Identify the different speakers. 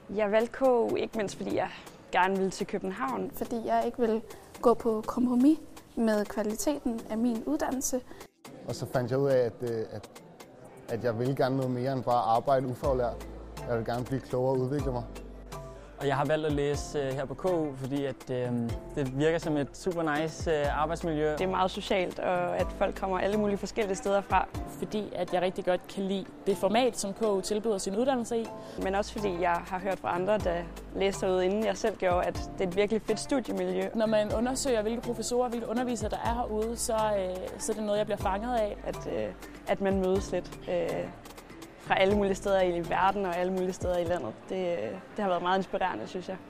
Speaker 1: Jeg valgte KU ikke mindst fordi jeg gerne ville til København.
Speaker 2: Fordi jeg ikke ville gå på kompromis med kvaliteten af min uddannelse.
Speaker 3: Og så fandt jeg ud af, at jeg ville gerne noget mere end bare arbejde ufaglært. Jeg vil gerne blive klogere og udvikle mig.
Speaker 4: Og jeg har valgt at læse her på KU, fordi det virker som et super nice arbejdsmiljø.
Speaker 1: Det er meget socialt, og at folk kommer alle mulige forskellige steder fra.
Speaker 5: Fordi at jeg rigtig godt kan lide det format, som KU tilbyder sin uddannelse i.
Speaker 1: Men også fordi jeg har hørt fra andre, der læste derude, inden jeg selv gjorde, at det er et virkelig fedt studiemiljø.
Speaker 5: Når man undersøger, hvilke professorer, hvilke undervisere, der er herude, så er det noget, jeg bliver fanget af.
Speaker 1: At man mødes lidt fra alle mulige steder i verden og alle mulige steder i landet. Det har været meget inspirerende, synes jeg.